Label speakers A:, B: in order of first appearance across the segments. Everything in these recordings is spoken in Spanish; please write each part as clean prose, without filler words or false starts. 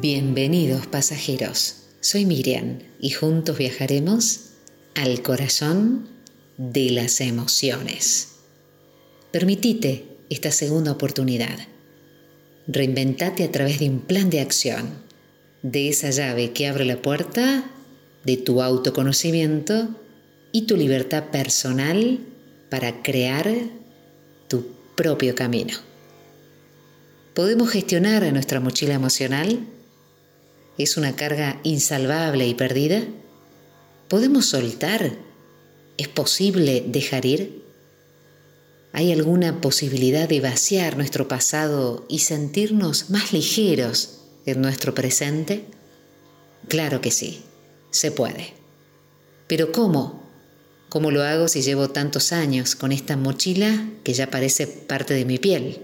A: Bienvenidos pasajeros, soy Miriam y juntos viajaremos al corazón de las emociones. Permitite esta segunda oportunidad. Reinventate a través de un plan de acción, de esa llave que abre la puerta de tu autoconocimiento y tu libertad personal para crear tu propio camino. ¿Podemos gestionar nuestra mochila emocional? ¿Es una carga insalvable y perdida? ¿Podemos soltar? ¿Es posible dejar ir? ¿Hay alguna posibilidad de vaciar nuestro pasado y sentirnos más ligeros en nuestro presente? Claro que sí, se puede. ¿Pero cómo? ¿Cómo lo hago si llevo tantos años con esta mochila que ya parece parte de mi piel?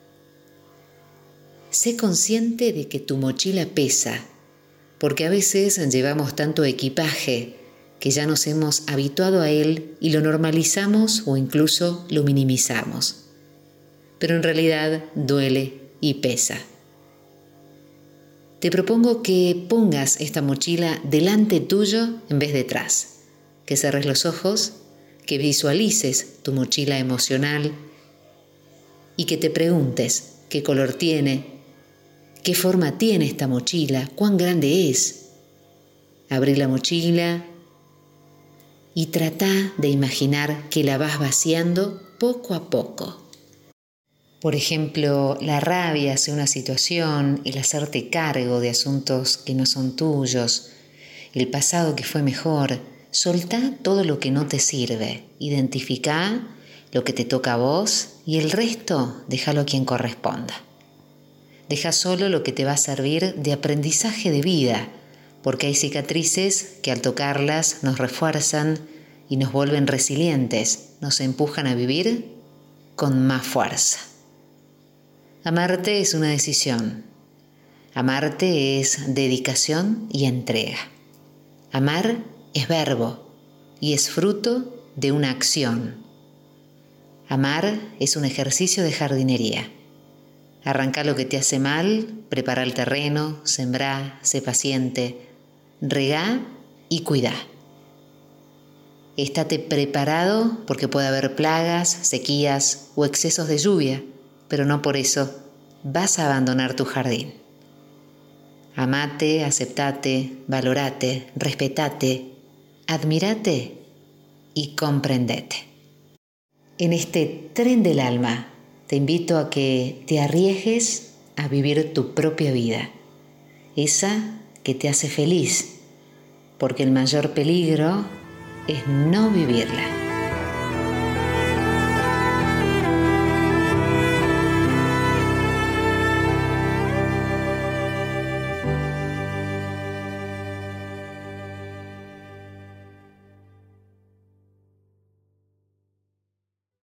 A: Sé consciente de que tu mochila pesa, porque a veces llevamos tanto equipaje que ya nos hemos habituado a él y lo normalizamos o incluso lo minimizamos. Pero en realidad duele y pesa. Te propongo que pongas esta mochila delante tuyo en vez de detrás, que cerres los ojos, que visualices tu mochila emocional y que te preguntes qué color tiene, qué forma tiene esta mochila, cuán grande es. Abrí la mochila y trata de imaginar que la vas vaciando poco a poco. Por ejemplo, la rabia hacia una situación, el hacerte cargo de asuntos que no son tuyos, el pasado que fue mejor. Soltá todo lo que no te sirve, identificá lo que te toca a vos y el resto déjalo a quien corresponda. Deja solo lo que te va a servir de aprendizaje de vida, porque hay cicatrices que al tocarlas nos refuerzan y nos vuelven resilientes, nos empujan a vivir con más fuerza. Amarte es una decisión. Amarte es dedicación y entrega. Amar es verbo y es fruto de una acción. Amar es un ejercicio de jardinería. Arranca lo que te hace mal, prepara el terreno, sembrá, sé paciente, regá y cuidá. Estate preparado porque puede haber plagas, sequías o excesos de lluvia, pero no por eso vas a abandonar tu jardín. Amate, aceptate, valorate, respetate, admirate y comprendete. En este tren del alma te invito a que te arriesgues a vivir tu propia vida, esa que te hace feliz, porque el mayor peligro es no vivirla.